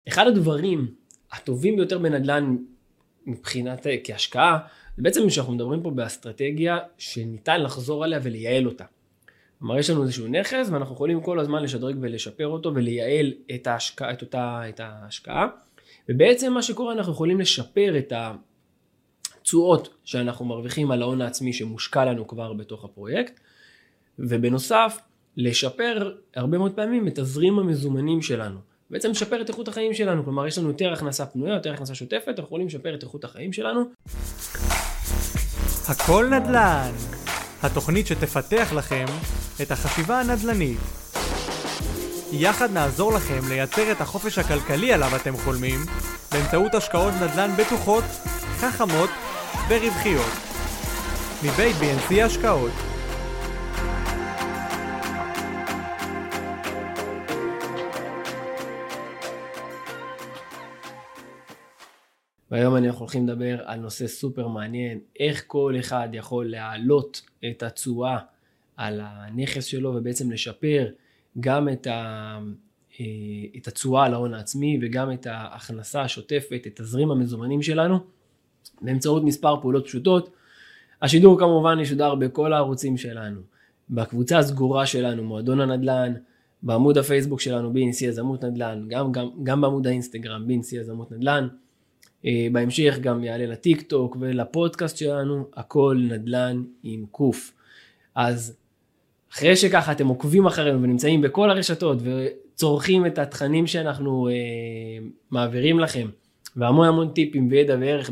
אחד הדברים הטובים ביותר בנדל"ן מבחינת כהשקעה, זה בעצם שאנחנו מדברים פה באסטרטגיה שניתן לחזור עליה ולייעל אותה. כלומר, יש לנו איזשהו נכס ואנחנו יכולים כל הזמן לשדרג ולשפר אותו ולייעל את ההשקעה. ובעצם מה שקורה, אנחנו יכולים לשפר את התשואות שאנחנו מרוויחים על ההון העצמי שמושקע לנו כבר בתוך הפרויקט, ובנוסף לשפר הרבה מאוד פעמים את תזרים המזומנים שלנו. בעצם לשפר את איכות החיים שלנו, כלומר יש לנו יותר הכנסה פנויה, יותר הכנסה שוטפת, אנחנו יכולים לשפר את איכות החיים שלנו. הכל נדל"ן, התוכנית שתפתח לכם את החשיבה הנדל"נית. יחד נעזור לכם לייצר את החופש הכלכלי עליו אתם חולמים, באמצעות השקעות נדל"ן בטוחות, חכמות ורווחיות. מבית BNC השקעות. והיום אנחנו הולכים לדבר על נושא סופר מעניין, איך כל אחד יכול להעלות את התשואה על הנכס שלו ובעצם לשפר גם את התשואה על ההון העצמי וגם את ההכנסה השוטפת, את תזרים המזומנים שלנו באמצעות מספר פעולות פשוטות. השידור כמובן ישודר בכל הערוצים שלנו, בקבוצה הסגורה שלנו, מועדון הנדל"ן, בעמוד הפייסבוק שלנו BNC יזמות נדל"ן, גם בעמוד האינסטגרם BNC יזמות נדל"ן. בהמשך גם יעלה לטיק טוק ולפודקאסט שלנו, הכל נדל"ן עם קוף. אז אחרי שככה אתם עוקבים אחרינו ונמצאים בכל הרשתות וצורכים את התכנים שאנחנו מעבירים לכם, והמון טיפים וידע וערך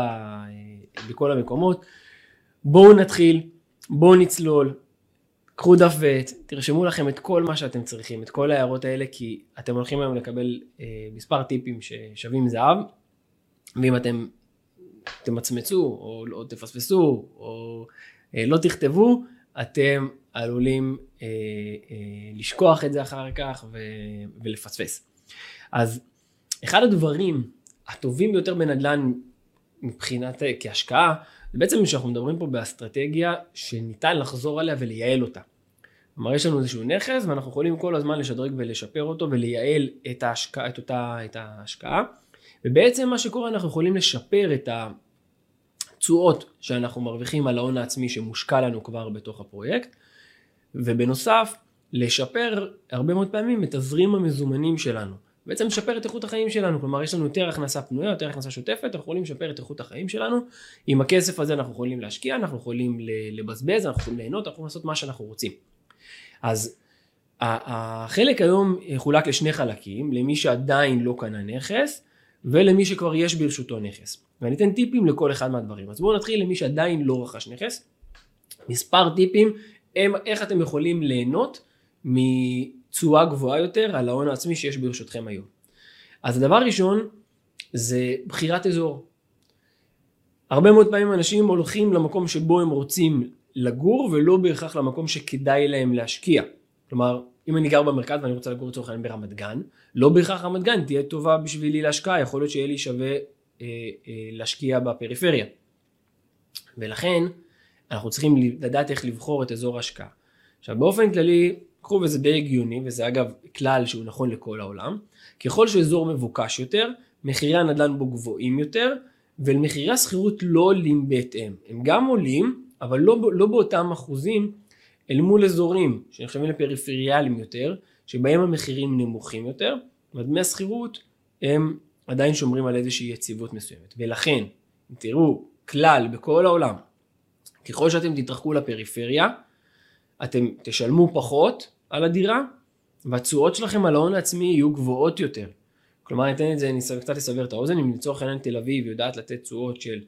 בכל המקומות, בואו נתחיל, בואו נצלול, קחו דף ועט, תרשמו לכם את כל מה שאתם צריכים, את כל ההערות האלה, כי אתם הולכים היום לקבל מספר טיפים ששווים זהב. ואם אתם תמצמצו או תפספסו או לא תכתבו, אתם עלולים לשכוח את זה אחר כך ולפספס. אז אחד הדברים הטובים ביותר בנדל"ן מבחינת כהשקעה, זה בעצם שאנחנו מדברים פה באסטרטגיה שניתן לחזור עליה ולייעל אותה. כלומר, יש לנו איזשהו נכס ואנחנו יכולים כל הזמן לשדרג ולשפר אותו ולייעל את ההשקעה. ובעצם מה שקורה, אנחנו יכולים לשפר את התשואות שאנחנו מרוויחים על ההון העצמי שמושקע לנו כבר בתוך הפרויקט, ובנוסף לשפר הרבה מאוד פעמים את תזרים המזומנים שלנו, בעצם לשפר את איכות החיים שלנו. כלומר יש לנו יותר הכנסה פנויה, יותר הכנסה שוטפת, אנחנו יכולים לשפר את איכות החיים שלנו. עם הכסף הזה אנחנו יכולים להשקיע, אנחנו יכולים לבזבז, אנחנו יכולים ליהנות, אנחנו יכולים לעשות מה שאנחנו רוצים. אז החלק היום חולק לשני חלקים, למי שעדיין לא קנה נכס ולמי שכבר יש ברשותו נכס, ואני אתן טיפים לכל אחד מהדברים. אז בואו נתחיל למי שעדיין לא רכש נכס. מספר טיפים הם איך אתם יכולים ליהנות מתשואה גבוהה יותר על ההון העצמי שיש ברשותכם היום. אז הדבר הראשון זה בחירת אזור. הרבה מאוד פעמים אנשים הולכים למקום שבו הם רוצים לגור ולא בהכרח למקום שכדאי להם להשקיע. כלומר, אם אני גר במרכז ואני רוצה לגור לצורך העניין ברמת גן, לא בהכרח רמת גן תהיה טובה בשבילי להשקעה, יכול להיות שיהיה לי שווה להשקיע בפריפריה. ולכן אנחנו צריכים לדעת איך לבחור את אזור ההשקעה. עכשיו באופן כללי, קחו וזה די הגיוני, וזה אגב כלל שהוא נכון לכל העולם, ככל שאזור מבוקש יותר, מחירי הנדל"ן בו גבוהים יותר, ולמחירי השכירות לא עולים בהתאם. הם גם עולים, אבל לא באותם אחוזים, אל מול אזורים שנחשבים לפריפריאליים יותר, שבהם המחירים נמוכים יותר, ודמי השכירות הם עדיין שומרים על איזושהי יציבות מסוימת. ולכן, תראו, כלל בכל העולם, ככל שאתם תתרחקו לפריפריה, אתם תשלמו פחות על הדירה, והתשואות שלכם על ההון העצמי יהיו גבוהות יותר. כלומר, אני אתן את זה, אני קצת אסבר את האוזן, אם לצורך העניין תל אביב יודעת לתת תשואות של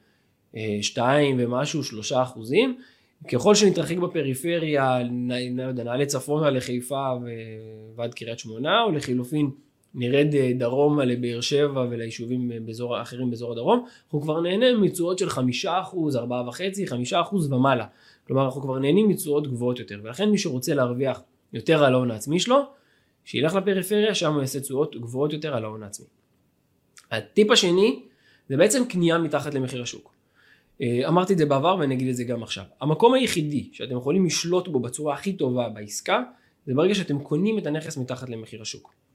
2 ומשהו, 3%, ככל שנתרחק בפריפריה, נעלה צפונה לחיפה ועד קריית שמונה, או לחילופין נרד דרומה לבאר שבע וליישובים אחרים באזור הדרום, אנחנו כבר נהנים מתשואות של 5%, 4.5%, 5% ומעלה. כלומר, אנחנו כבר נהנים מתשואות גבוהות יותר, ולכן מי שרוצה להרוויח יותר על ההון העצמי שלו, שילך לפריפריה, שם הוא יעשה תשואות גבוהות יותר על ההון העצמי. הטיפ השני, זה בעצם קנייה מתחת למחיר השוק. אמרתי את זה בעבר ואני אגיד את זה גם עכשיו. המקום היחידי שאתם יכולים לשלוט בו בצורה הכי טובה בעסקה, זה ברגע שאתם קונים את הנכס מתחת למחיר השוק.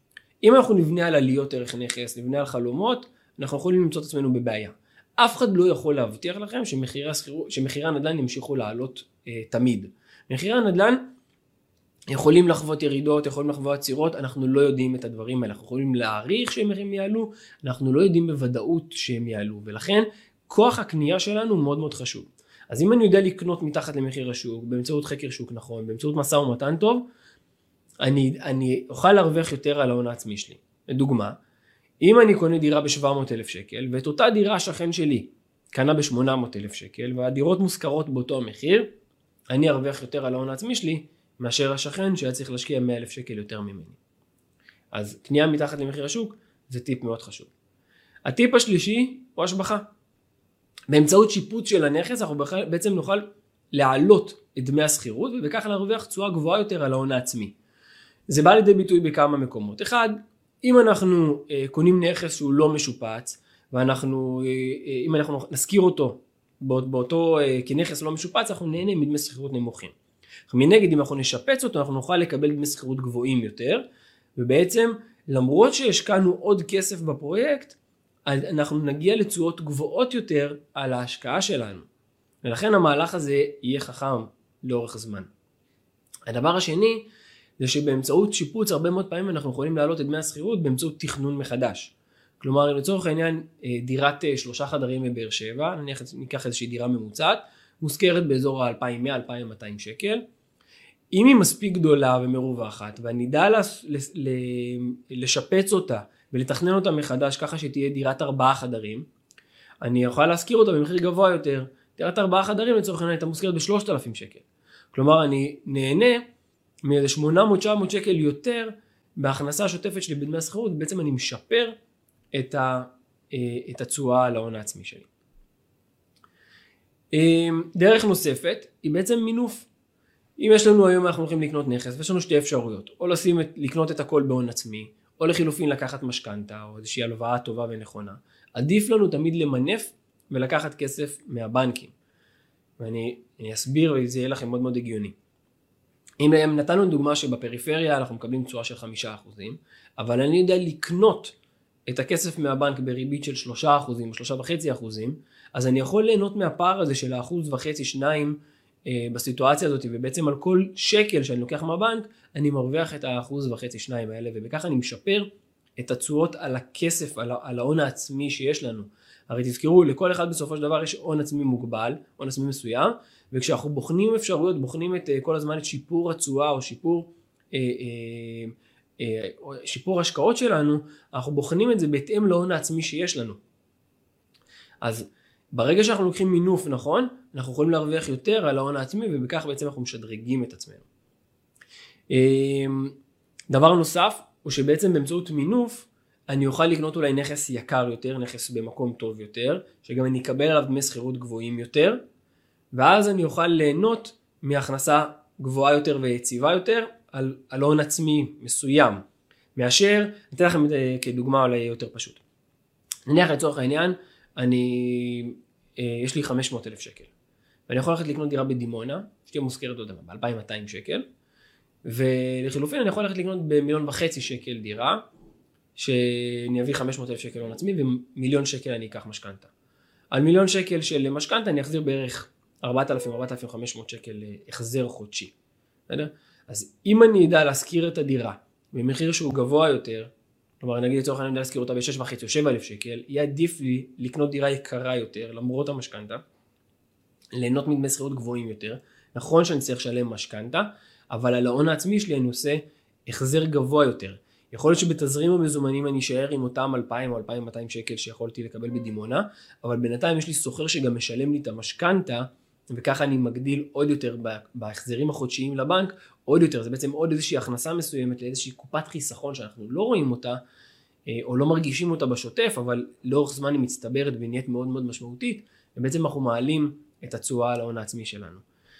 אם אנחנו נבנה על עליות ערך נכס, נבנה על חלומות, אנחנו יכולים למצוא את עצמנו בבעיה. אף אחד לא יכול להבטיח לכם שמחירי הנדל"ן ימשיכו לעלות תמיד. מחירי הנדל"ן יכולים לחוות ירידות, יכולים לחוות עצירות, אנחנו לא יודעים את הדברים האלה. אנחנו יכולים להעריך שהם יעלו, אנחנו לא יודעים בוודאות שהם יעלו, ולכן כוח הקנייה שלנו מאוד מאוד חשוב. אז אם אני יודע לקנות מתחת למחיר השוק, באמצעות חקר שוק נכון, באמצעות משא ומתן טוב, אני אוכל להרוויח יותר על ההון העצמי שלי. לדוגמה, אם אני קונה דירה ב-700,000 שקל, ואת אותה דירה השכן שלי קנה ב-800,000 שקל, והדירות מושכרות באותו המחיר, אני ארוויח יותר על ההון העצמי שלי, מאשר השכן שהיה צריך להשקיע 100,000 שקל יותר ממני. אז קנייה מתחת למחיר השוק, זה טיפ מאוד חשוב. הטיפ השלישי הוא השבחה. באמצעות שיפוץ של הנכס, אנחנו בעצם נוכל להעלות את דמי השכירות, ובכך להרוויח תשואה גבוהה יותר על ההון העצמי. זה בא לידי ביטוי בכמה מקומות. אחד, אם אנחנו קונים נכס שהוא לא משופץ, אם אנחנו נזכיר אותו באותו כנכס לא משופץ, אנחנו נהנה מדמי שכירות נמוכים. מנגד, אם אנחנו נשפץ אותו, אנחנו נוכל לקבל דמי שכירות גבוהים יותר, ובעצם למרות שהשקענו עוד כסף בפרויקט, אנחנו נגיע לתשואות גבוהות יותר על ההשקעה שלנו. ולכן המהלך הזה יהיה חכם לאורך הזמן. הדבר השני, זה שבאמצעות שיפוץ הרבה מאוד פעמים אנחנו יכולים להעלות את דמי השכירות באמצעות תכנון מחדש. כלומר, לצורך העניין, דירת 3 חדרים בבאר שבע, ניקח איזושהי דירה ממוצעת, מושכרת באזור ה-2,100-2,200 שקל. אם היא מספיק גדולה ומרווחת, ואני אדע לשפץ אותה ולתכנן אותה מחדש ככה שתהיה דירת 4 חדרים, אני אוכל להשכיר אותה במחיר גבוה יותר. דירת 4 חדרים לצורך העניין הייתה מושכרת ב-3,000 שקל. כלומר, אני נהנה מאיזה 800-900 שקל יותר בהכנסה השוטפת שלי בדמי השכירות, ובעצם אני משפר את התשואה על ההון העצמי שלי. דרך נוספת היא בעצם מינוף. אם יש לנו היום אנחנו הולכים לקנות נכס, ויש לנו 2 אפשרויות, או לקנות את הכל בהון עצמי, או לחילופין לקחת משכנתה, או איזושהי הלוואה טובה ונכונה. עדיף לנו תמיד למנף ולקחת כסף מהבנקים. ואני אסביר וזה יהיה לכם מאוד מאוד הגיוני. אם נתנו דוגמה שבפריפריה אנחנו מקבלים תשואה של 5%, אבל אני יודע לקנות את הכסף מהבנק בריבית של 3% או 3.5%, אז אני יכול ליהנות מהפער הזה של 1.5%-2% בסיטואציה הזאת, ובעצם על כל שקל שאני לוקח מהבנק, אני מרוויח את 1.5%-2% האלה, ובכך אני משפר את התשואות על הכסף, על ההון העצמי שיש לנו. הרי תזכרו, לכל אחד בסופו של דבר יש הון עצמי מוגבל, הון עצמי מסוים, וכשאנחנו בוחנים אפשרויות, בוחנים כל הזמן את שיפור התשואה או שיפור השקעות שלנו, אנחנו בוחנים את זה בהתאם להון העצמי שיש לנו. אז ברגע שאנחנו לוקחים מינוף נכון, אנחנו יכולים להרוויח יותר על ההון העצמי, ובכך בעצם אנחנו משדרגים את עצמנו. דבר נוסף, הוא שבעצם באמצעות מינוף, אני אוכל לקנות אולי נכס יקר יותר, נכס במקום טוב יותר, שגם אני אקבל עליו דמי שכירות גבוהים יותר, ואז אני אוכל ליהנות מהכנסה גבוהה יותר ויציבה יותר, על הון עצמי מסוים, מאשר, אתן לכם כדוגמה אולי יותר פשוט. נניח לצורך העניין, יש לי 500,000 שקל, ואני יכול ללכת לקנות דירה בדימונה, שתהיה מושכרת ב-2,200 שקל, ולחילופין אני יכול ללכת לקנות ב1,500,000 שקל דירה, שאני אביא 500,000 שקל הון עצמי, ו1,000,000 שקל אני אקח משכנתה. על 1,000,000 שקל של משכנתה אני אחזיר בערך 4,000-4,500 שקל החזר חודשי. בסדר? אז אם אני אדע להשכיר את הדירה במחיר שהוא גבוה יותר, כלומר נגיד לצורך אני יודע להשכיר אותה ב6,500 או 7,000 שקל, יהיה עדיף לי לקנות דירה יקרה יותר למרות המשכנתה, ליהנות מדמי שכירות גבוהים יותר. נכון שאני צריך לשלם משכנתה, אבל על ההון העצמי שלי אני עושה החזר גבוה יותר. יכול להיות שבתזרים המזומנים אני אשאר עם אותם 2,000 או 2,200 שקל שיכולתי לקבל בדימונה, אבל בינתיים יש לי סוחר שגם משלם לי את המשכנתה, וככה אני מגדיל עוד יותר בהחזרים החודשיים לבנק, עוד יותר, זה בעצם עוד איזושהי הכנסה מסוימת לאיזושהי קופת חיסכון שאנחנו לא רואים אותה, או לא מרגישים אותה בשוטף, אבל לאורך זמן היא מצטברת ונהיית מאוד מאוד משמעותית, ובעצם אנחנו מעלים את התשואה על ההון העצמי שלנו.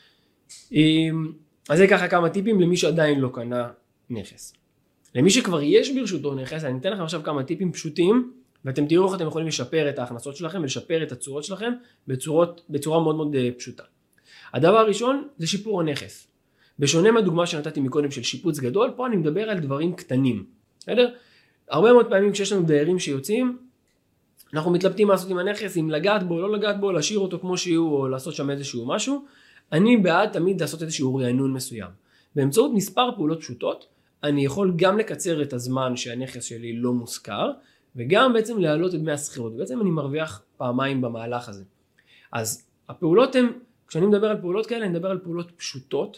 אז זה ככה כמה טיפים למי שעדיין לא קנה נכס. למי שכבר יש ברשותו נכס, אני אתן לכם עכשיו כמה טיפים פשוטים, ואתם תראו איך אתם יכולים לשפר את ההכנסות שלכם ולשפר את התשואות שלכם בצורה מאוד מאוד פשוטה. הדבר הראשון זה שיפור הנכס. בשונה מהדוגמה שנתתי מקודם של שיפוץ גדול, פה אני מדבר על דברים קטנים. בסדר? הרבה מאוד פעמים כשיש לנו דיירים שיוצאים, אנחנו מתלבטים מה לעשות עם הנכס, אם לגעת בו, לא לגעת בו, להשאיר אותו כמו שהוא, או לעשות שם איזשהו משהו. אני בעד תמיד לעשות איזשהו רענון מסוים. באמצעות מספר פעולות פשוטות, אני יכול גם לקצר את הזמן שהנכס שלי לא מושכר, וגם בעצם להעלות את דמי השכירות. ובעצם אני מרוויח פעמיים במהלך הזה. אז הפעולות הן, כשאני מדבר על פעולות כאלה, אני מדבר על פעולות פשוטות,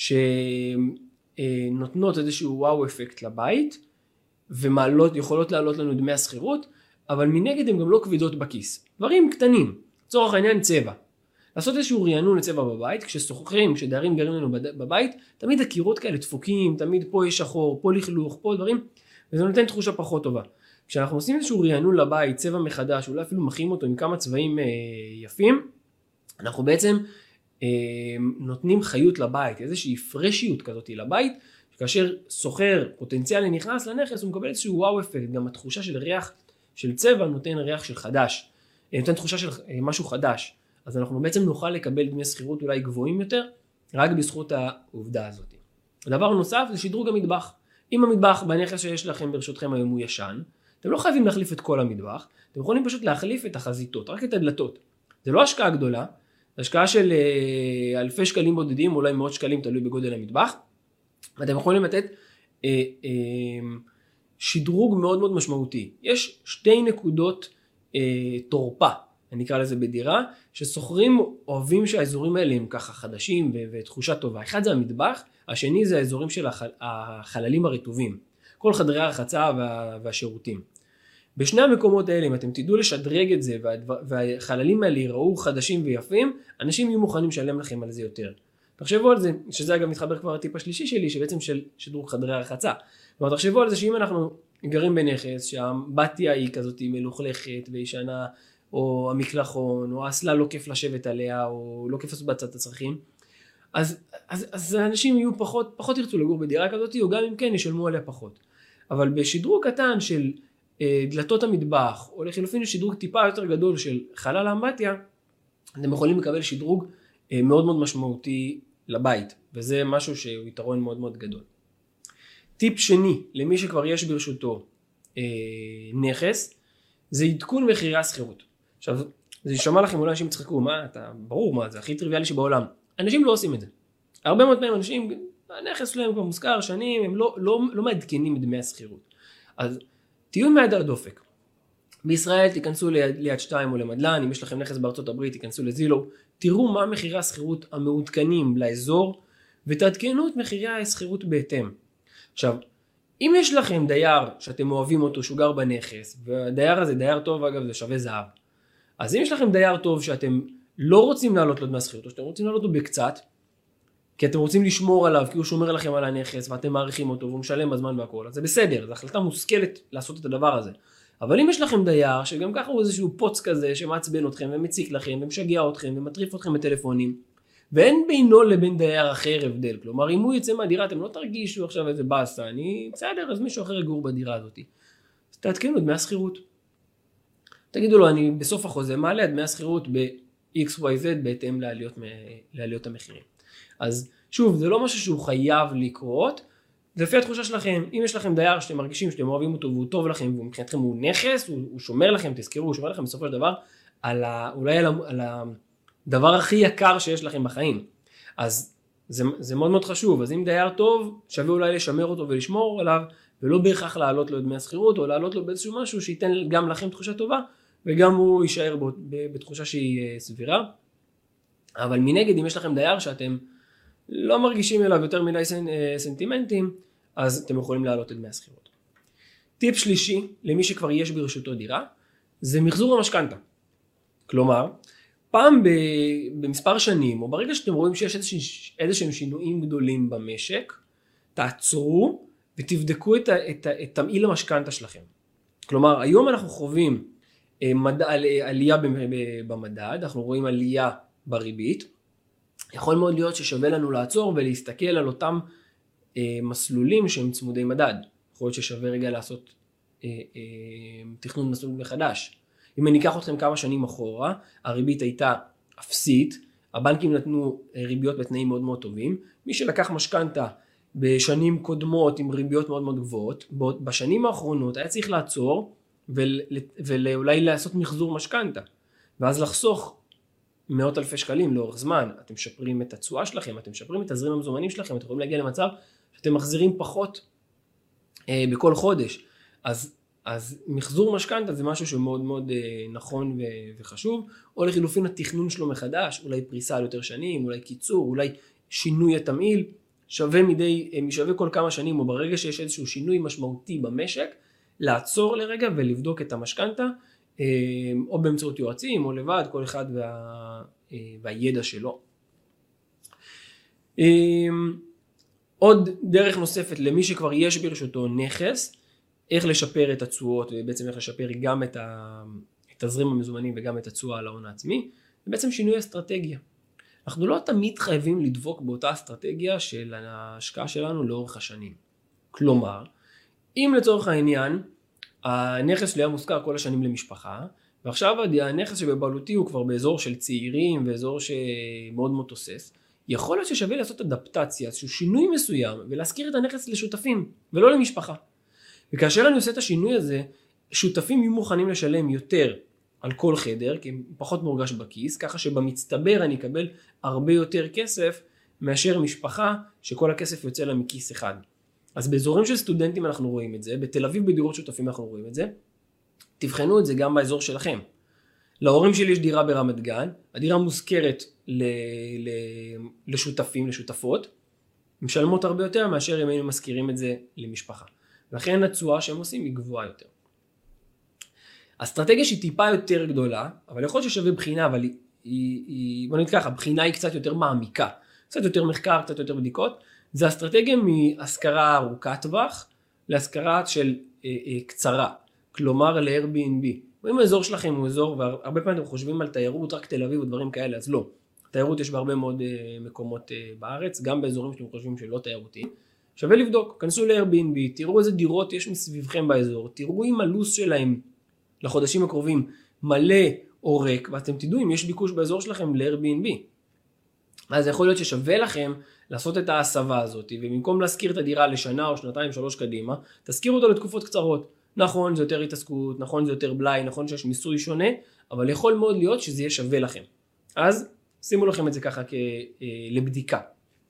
שנותנות איזשהו וואו אפקט לבית, ויכולות להעלות לנו דמי השכירות, אבל מנגד הן גם לא כבדות בכיס. דברים קטנים, לצורך העניין צבע. לעשות איזשהו רענון לצבע בבית, כשדיירים גרים לנו בבית, תמיד הקירות כאלה דפוקים, תמיד פה יש שחור, פה לכלוך, פה דברים, וזה נותן תחושה פחות טובה. כשאנחנו עושים איזשהו רענון לבית, צבע מחדש, אולי אפילו מחיים אותו עם כמה צבעים יפים, אנחנו בעצם נותנים חיות לבית, איזושהי פרשיות כזאת לבית, כאשר סוחר פוטנציאלי נכנס לנכס, הוא מקבל איזשהו וואו אפקט, גם התחושה של ריח של צבע נותן ריח של חדש, נותן תחושה של משהו חדש, אז אנחנו בעצם נוכל לקבל דמי שכירות אולי גבוהים יותר, רק בזכות העובדה הזאת. הדבר נוסף זה שדרוג המטבח. אם המטבח בנכס שיש לכם ברשותכם היום הוא ישן, אתם לא חייבים להחליף את כל המטבח, אתם יכולים פשוט להחליף את החזיתות, רק את הדלתות. זה לא השקעה גדולה, זה השקעה של אלפי שקלים בודדים, אולי מאות שקלים, תלוי בגודל המטבח, ואתם יכולים לתת שדרוג מאוד מאוד משמעותי. יש שתי נקודות תורפה, אני אקרא לזה בדירה, שסוחרים אוהבים שהאזורים האלה הם ככה חדשים ותחושה טובה. אחד זה המטבח, השני זה האזורים של החללים הרטובים, כל חדרי הרחצה והשירותים. בשני המקומות האלה, אם אתם תדעו לשדרג את זה והחללים האלה יראו חדשים ויפים, אנשים יהיו מוכנים לשלם לכם על זה יותר. תחשבו על זה, שזה אגב מתחבר כבר הטיפ השלישי שלי, שבעצם של שדרוג חדרי הרחצה. כלומר, תחשבו על זה שאם אנחנו גרים בנכס, שהבתיה היא כזאת מלוכלכת וישנה, או המקלחון, או האסלה לא כיף לשבת עליה, או לא כיף לעשות בצד הצרכים, אז האנשים יהיו פחות ירצו לגור בדירה כזאת, או גם אם כן ישלמו עליה פחות. אבל בשדרוג קטן של דלתות המטבח, או לחילופין שדרוג טיפה יותר גדול של חלל האמבטיה, אתם יכולים לקבל שדרוג מאוד מאוד משמעותי לבית, וזה משהו שהוא יתרון מאוד מאוד גדול. טיפ שני, למי שכבר יש ברשותו נכס, זה עדכון מחירי השכירות. עכשיו, זה ישמע לכם, אולי אנשים יצחקו, ברור מה, זה הכי טריוויאלי שבעולם. אנשים לא עושים את זה. הרבה מאוד פעמים אנשים, הנכס שלהם כבר מוזכר שנים, הם לא מעדכנים את דמי השכירות. אז תהיו עם היד על הדופק. בישראל תיכנסו ליד 2 או למדלן, אם יש לכם נכס בארצות הברית תיכנסו לזילו, תראו מה מחירי השכירות המעודכנים לאזור, ותעדכנו את מחירי השכירות בהתאם. עכשיו, אם יש לכם דייר שאתם אוהבים אותו, שהוא גר בנכס, והדייר הזה דייר טוב, אגב זה שווה זהב, אז אם יש לכם דייר טוב שאתם לא רוצים לעלות לו דמי השכירות, או שאתם רוצים לעלות לו בקצת, כי אתם רוצים לשמור עליו, כי הוא שומר לכם על הנכס, ואתם מעריכים אותו, והוא משלם בזמן והכל, אז זה בסדר, זו החלטה מושכלת לעשות את הדבר הזה. אבל אם יש לכם דייר, שגם ככה הוא איזשהו פוץ כזה, שמעצבן אתכם, ומציק לכם, ומשגע אתכם, ומטריף אתכם בטלפונים, ואין בינו לבין דייר אחר הבדל. כלומר, אם הוא יצא מהדירה, אתם לא תרגישו עכשיו איזה באסה, בסדר, אז מישהו אחר יגור בדירה הזאת. אז תעדכנו דמי השכירות. תגידו לו, אני בסוף החוזה מעלה דמי השכירות ב-XYZ בהתאם לעליות המחירים. אז שוב, זה לא משהו שהוא חייב לקרות, זה לפי התחושה שלכם. אם יש לכם דייר שאתם מרגישים שאתם אוהבים אותו והוא טוב לכם, ומבחינתכם הוא נכס, הוא שומר לכם, תזכרו, הוא שומר לכם בסופו של דבר, אולי על הדבר הכי יקר שיש לכם בחיים. אז זה מאוד מאוד חשוב. אז אם דייר טוב, שווה אולי לשמר אותו ולשמור עליו, ולא בהכרח להעלות לו את דמי השכירות, או להעלות לו באיזשהו משהו שייתן גם לכם תחושה טובה, וגם הוא יישאר בתחושה שהיא סבירה. אבל מנגד, אם יש לכם דייר שאתם לא מרגישים אליו יותר מדי סנטימנטים, אז אתם יכולים להעלות את דמי השכירות. טיפ שלישי, למי שכבר יש ברשותו דירה, זה מחזור המשכנתה. כלומר, פעם במספר שנים, או ברגע שאתם רואים שיש איזשהם שינויים גדולים במשק, תעצרו ותבדקו את תמהיל המשכנתה שלכם. כלומר, היום אנחנו חווים עלייה במדד, אנחנו רואים עלייה בריבית, יכול מאוד להיות ששווה לנו לעצור ולהסתכל על אותם מסלולים שהם צמודי מדד. יכול להיות ששווה רגע לעשות תכנון מסלול מחדש. אם אני אקח אתכם כמה שנים אחורה, הריבית הייתה אפסית, הבנקים נתנו ריביות בתנאים מאוד מאוד טובים, מי שלקח משכנתה בשנים קודמות עם ריביות מאוד מאוד גבוהות, בשנים האחרונות היה צריך לעצור ואולי לעשות מחזור משכנתה, ואז לחסוך מאות אלפי שקלים לאורך זמן. אתם משפרים את התשואה שלכם, אתם משפרים את תזרים המזומנים שלכם, אתם יכולים להגיע למצב שאתם מחזירים פחות בכל חודש. אז מחזור משכנתה זה משהו שמאוד מאוד נכון וחשוב, או לחילופין התכנון שלו מחדש, אולי פריסה על יותר שנים, אולי קיצור, אולי שינוי התמהיל, שווה כל כמה שנים, או ברגע שיש איזשהו שינוי משמעותי במשק, לעצור לרגע ולבדוק את המשכנתה, או באמצעות יועצים, או לבד, כל אחד והידע שלו. עוד דרך נוספת למי שכבר יש ברשותו נכס, איך לשפר את התשואות, ובעצם איך לשפר גם את התזרים המזומנים וגם את התשואה על ההון העצמי, זה בעצם שינוי אסטרטגיה. אנחנו לא תמיד חייבים לדבוק באותה אסטרטגיה של ההשקעה שלנו לאורך השנים. כלומר, אם לצורך העניין, הנכס שלי היה מושכר כל השנים למשפחה, ועכשיו הנכס שבבעלותי הוא כבר באזור של צעירים, ואזור שמאוד מאוד תוסס, יכול להיות ששווה לעשות אדפטציה, איזשהו שינוי מסוים, ולהזכיר את הנכס לשותפים, ולא למשפחה. וכאשר אני עושה את השינוי הזה, שותפים יהיו מוכנים לשלם יותר על כל חדר, כי הם פחות מורגש בכיס, ככה שבמצטבר אני אקבל הרבה יותר כסף, מאשר משפחה שכל הכסף יוצא לה מכיס אחד. אז באזורים של סטודנטים אנחנו רואים את זה, בתל אביב בדירות שותפים אנחנו רואים את זה, תבחנו את זה גם באזור שלכם. להורים שלי יש דירה ברמת גן, הדירה מוזכרת לשותפים, לשותפות, משלמות הרבה יותר מאשר אם היינו מזכירים את זה למשפחה. לכן התשואה שהם עושים היא גבוהה יותר. האסטרטגיה שהיא טיפה יותר גדולה, אבל יכול להיות ששווה בחינה, אבל בוא נגיד ככה, הבחינה היא קצת יותר מעמיקה, קצת יותר מחקר, קצת יותר בדיקות, זה אסטרטגיה מהשכרה ארוכת טווח להשכרה של קצרה, כלומר ל-Airbnb. אם האזור שלכם הוא אזור, והרבה פעמים אתם חושבים על תיירות, רק תל אביב ודברים כאלה, אז לא. תיירות יש בהרבה מאוד מקומות בארץ, גם באזורים שאתם חושבים שלא תיירותי. שווה לבדוק, כנסו ל-Airbnb, תראו איזה דירות יש מסביבכם באזור, תראו אם הלו"ז שלהם לחודשים הקרובים מלא או ריק, ואתם תדעו אם יש ביקוש באזור שלכם ל-Airbnb. אז יכול להיות ששווה לכם לעשות את ההסבה הזאת, ובמקום להשכיר את הדירה לשנה או שנתיים, 3 קדימה, תשכירו אותו לתקופות קצרות. נכון, זה יותר התעסקות, נכון, זה יותר בלאי, נכון שיש מיסוי שונה, אבל יכול מאוד להיות שזה יהיה שווה לכם. אז שימו לכם את זה ככה לבדיקה.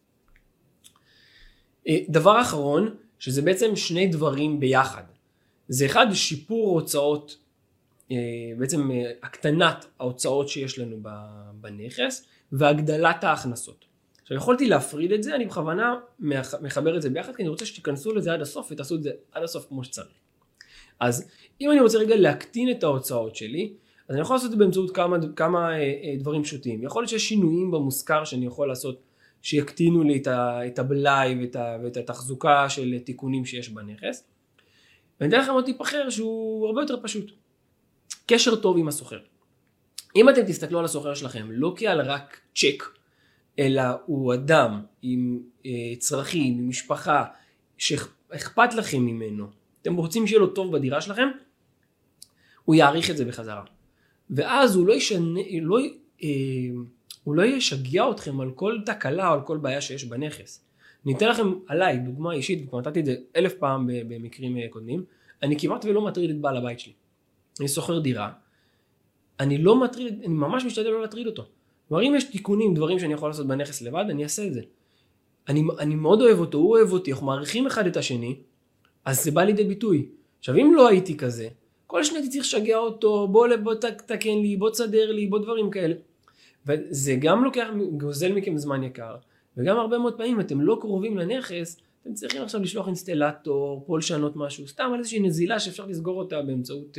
דבר אחרון, שזה בעצם שני דברים ביחד. זה אחד, שיפור הוצאות, בעצם הקטנת ההוצאות שיש לנו בנכס, והגדלת ההכנסות. עכשיו יכולתי להפריד את זה, אני בכוונה מחבר את זה ביחד, כי אני רוצה שתיכנסו לזה עד הסוף, ותעשו את זה עד הסוף כמו שצריך. אז אם אני רוצה רגע להקטין את ההוצאות שלי, אז אני יכול לעשות את זה באמצעות כמה דברים פשוטים. יכול להיות שיש שינויים במושכר שאני יכול לעשות, שיקטינו לי את הבלאי ואת התחזוקה של תיקונים שיש בנכס. ואני אתן לכם עוד טיפ אחר שהוא הרבה יותר פשוט. קשר טוב עם הסוחר. אם אתם תסתכלו על הסוחר שלכם, לא כעל רק צ'ק, אלא הוא אדם עם צרכים, עם משפחה, שאכפת לכם ממנו, אתם רוצים שיהיה לו טוב בדירה שלכם, הוא יעריך את זה בחזרה. ואז הוא לא ישגע אתכם על כל תקלה או על כל בעיה שיש בנכס. אני אתן לכם עליי דוגמה אישית, וכבר נתתי את זה 1000 פעם במקרים קודמים, אני כמעט ולא מטריד את בעל הבית שלי. אני סוחר דירה, אני ממש משתדל לא להטריד אותו. כלומר, אם יש תיקונים, דברים שאני יכול לעשות בנכס לבד, אני אעשה את זה. אני מאוד אוהב אותו, הוא אוהב אותי, אנחנו מעריכים אחד את השני, אז זה בא לידי ביטוי. עכשיו, אם לא הייתי כזה, כל שניה הייתי צריך לשגע אותו, בוא תקן לי, בוא תסדר לי, בוא דברים כאלה. וזה גם גוזל מכם זמן יקר, וגם הרבה מאוד פעמים אתם לא קרובים לנכס, אתם צריכים עכשיו לשלוח אינסטלטור, פה לשנות משהו, סתם על איזושהי נזילה שאפשר לסגור אותה באמצעות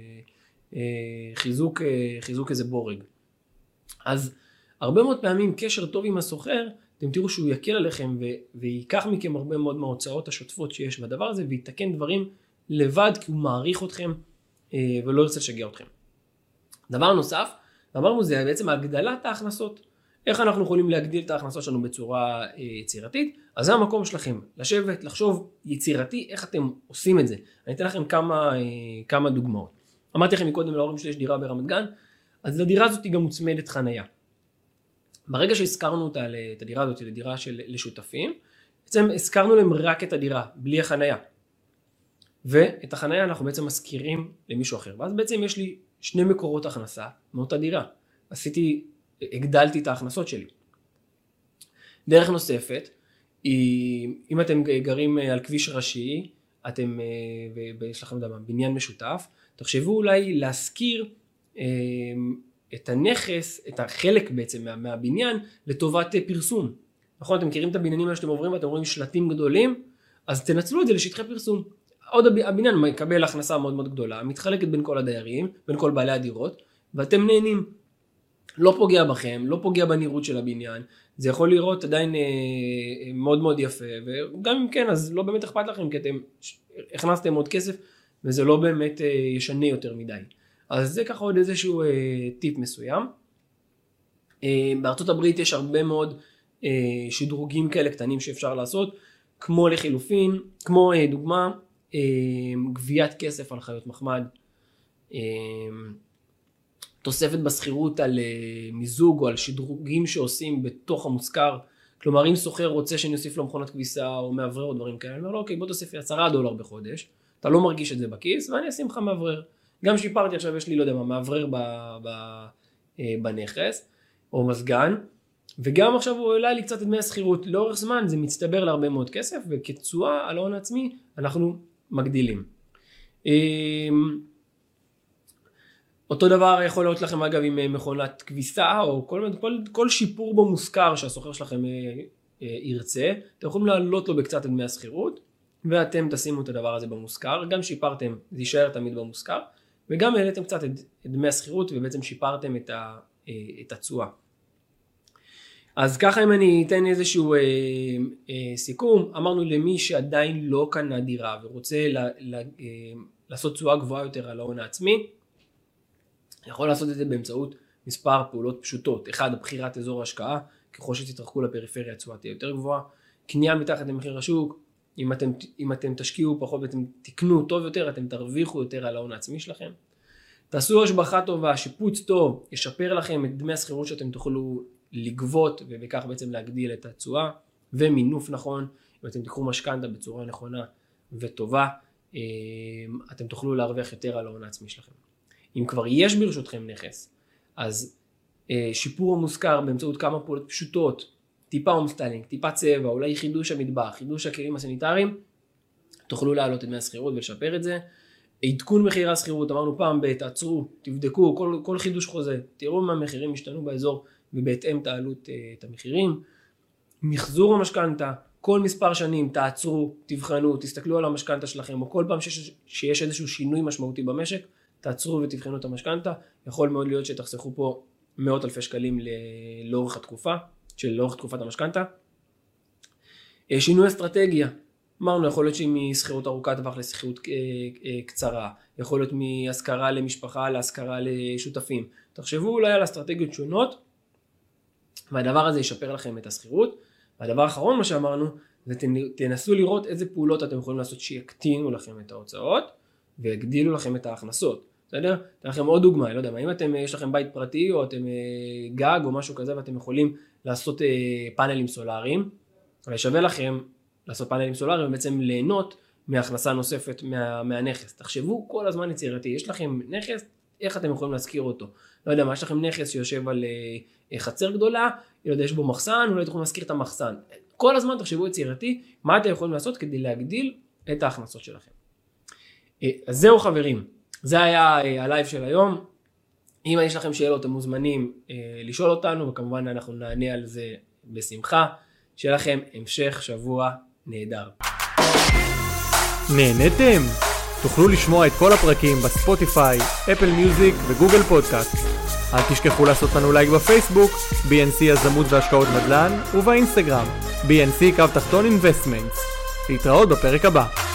חיזוק איזה בורג. אז הרבה מאוד פעמים קשר טוב עם הסוחר, אתם תראו שהוא יקל עליכם ויקח מכם הרבה מאוד מההוצאות השוטפות שיש בדבר הזה, ויתקן דברים לבד כי הוא מעריך אתכם ולא ירצה לשגע אתכם. דבר נוסף, אמרנו זה בעצם הגדלת ההכנסות. איך אנחנו יכולים להגדיל את ההכנסות שלנו בצורה יצירתית? אז זה המקום שלכם, לשבת, לחשוב יצירתי איך אתם עושים את זה. אני אתן לכם כמה דוגמאות. אמרתי לכם מקודם להורים שלי יש דירה ברמת גן, אז לדירה הזאת היא גם מוצמדת חנייה. ברגע שהזכרנו את הדירה הזאת לדירה לשותפים, בעצם הזכרנו להם רק את הדירה, בלי החנייה. ואת החנייה אנחנו בעצם מזכירים למישהו אחר. ואז בעצם יש לי 2 מקורות הכנסה מאותה דירה. הגדלתי את ההכנסות שלי. דרך נוספת, אם אתם גרים על כביש ראשי, ויש לכם בניין משותף, תחשבו אולי להזכיר את הנכס, את החלק בעצם מהבניין, לטובת פרסום. נכון, אתם מכירים את הבניינים האלה שאתם עוברים ואתם רואים שלטים גדולים, אז תנצלו את זה לשטחי פרסום. עוד הבניין מקבל הכנסה מאוד מאוד גדולה, מתחלקת בין כל הדיירים, בין כל בעלי הדירות, ואתם נהנים. לא פוגע בכם, לא פוגע בנראות של הבניין, זה יכול לראות עדיין מאוד מאוד יפה, וגם אם כן, אז לא באמת אכפת לכם, כי אתם הכנסתם עוד כסף, וזה לא באמת ישנה יותר מדי. אז זה ככה עוד איזשהו טיפ מסוים. בארצות הברית יש הרבה מאוד שדרוגים כאלה קטנים שאפשר לעשות, כמו לחילופין, כמו דוגמה, גביית כסף על חיות מחמד, תוספת בסחירות על מיזוג או על שדרוגים שעושים בתוך המושכר. כלומר, אם סוחר רוצה שאני אוסיף לו מכונת כביסה או מאוורר או דברים כאלה, אני אומר לו, אוקיי, בוא תוסיף לי $10 בחודש, אתה לא מרגיש את זה בכיס, ואני אשים לך מאוורר. גם שיפרתי עכשיו, יש לי, לא יודע מה, מאוורר בנכס, או מזגן, וגם עכשיו הוא עולה לי קצת את דמי הסחירות. לאורך זמן זה מצטבר להרבה מאוד כסף, וכתשואה על ההון העצמי אנחנו מגדילים. אותו דבר יכול להיות לכם אגב עם מכונת כביסה, או כל שיפור במושכר שהסוחר שלכם ירצה, אתם יכולים להעלות לו בקצת את דמי הסחירות, ואתם תשימו את הדבר הזה במושכר, גם שיפרתם, זה יישאר תמיד במושכר, וגם העליתם קצת את דמי הסחירות, ובעצם שיפרתם את התשואה. אז ככה אם אני אתן איזשהו סיכום, אמרנו למי שעדיין לא קנה דירה, ורוצה לעשות תשואה גבוהה יותר על ההון העצמי, יכול לעשות את זה באמצעות מספר פעולות פשוטות. 1, בחירת אזור ההשקעה, ככל שתתרחקו לפריפריה התשואה תהיה יותר גבוהה. קנייה מתחת למחיר השוק, אם אתם תשקיעו פחות ואתם תקנו טוב יותר, אתם תרוויחו יותר על ההון העצמי שלכם. תעשו השבחה טובה, שיפוץ טוב, ישפר לכם את דמי הסחירות שאתם תוכלו לגבות, ובכך בעצם להגדיל את התשואה, ומינוף נכון. אם אתם תיקחו משכנתא בצורה נכונה וטובה, אתם תוכלו להרוויח יותר על ההון העצמי שלכם. אם כבר יש ברשותכם נכס, אז שיפור המושכר באמצעות כמה פעולות פשוטות, טיפה הומסטיילינג, טיפה צבע, אולי חידוש המטבח, חידוש הכלים הסניטריים, תוכלו להעלות את דמי הסחירות ולשפר את זה. עדכון מחירי הסחירות, אמרנו פעם תעצרו, תבדקו, כל חידוש חוזה, תראו מה המחירים השתנו באזור, ובהתאם תעלו את המחירים. מחזור המשכנתא, כל מספר שנים תעצרו, תבחנו, תסתכלו על המשכנתא שלכם, או כל פעם שיש איזשהו שינוי משמעותי במשק, תעצרו ותבחנו את המשכנתא. יכול מאוד להיות שתחסכו פה מאות אלפי שקלים לאורך התקופה, לאורך תקופת המשכנתא. שינוי אסטרטגיה, אמרנו, יכול להיות שהיא מסחירות ארוכת טווח לסחירות קצרה, יכול להיות מהשכרה למשפחה להשכרה לשותפים. תחשבו אולי על אסטרטגיות שונות, והדבר הזה ישפר לכם את הסחירות. והדבר האחרון מה שאמרנו, זה תנסו לראות איזה פעולות אתם יכולים לעשות שיקטינו לכם את ההוצאות, ויגדילו לכם את ההכנסות. בסדר? אתן לכם עוד דוגמה, לא יודע מה, אם יש לכם בית פרטי, או אתם גג או משהו כזה, ואתם יכולים לעשות פאנלים סולאריים, אבל שווה לכם לעשות פאנלים סולאריים, ובעצם ליהנות מהכנסה נוספת מהנכס. תחשבו כל הזמן יצירתי, יש לכם נכס, איך אתם יכולים להזכיר אותו? לא יודע מה, יש לכם נכס שיושב על חצר גדולה, לא יודע, יש בו מחסן, אולי תוכלו להזכיר את המחסן. כל הזמן תחשבו יצירתי, מה אתם יכולים לעשות כדי להגדיל את ההכנסות שלכם. אז זהו חברים, זה היה הלייב של היום. אם יש לכם שאלות, אתם מוזמנים לשאול אותנו, וכמובן אנחנו נענה על זה בשמחה. שיהיה לכם המשך שבוע נהדר. נהנתם? תוכלו לשמוע את כל הפרקים בספוטיפיי, אפל מיוזיק וגוגל פודקאסט. אל תשכחו לעשות לנו לייק בפייסבוק, BNC יזמות והשקעות נדל"ן, ובאינסטגרם, BNC_Investments. להתראות בפרק הבא.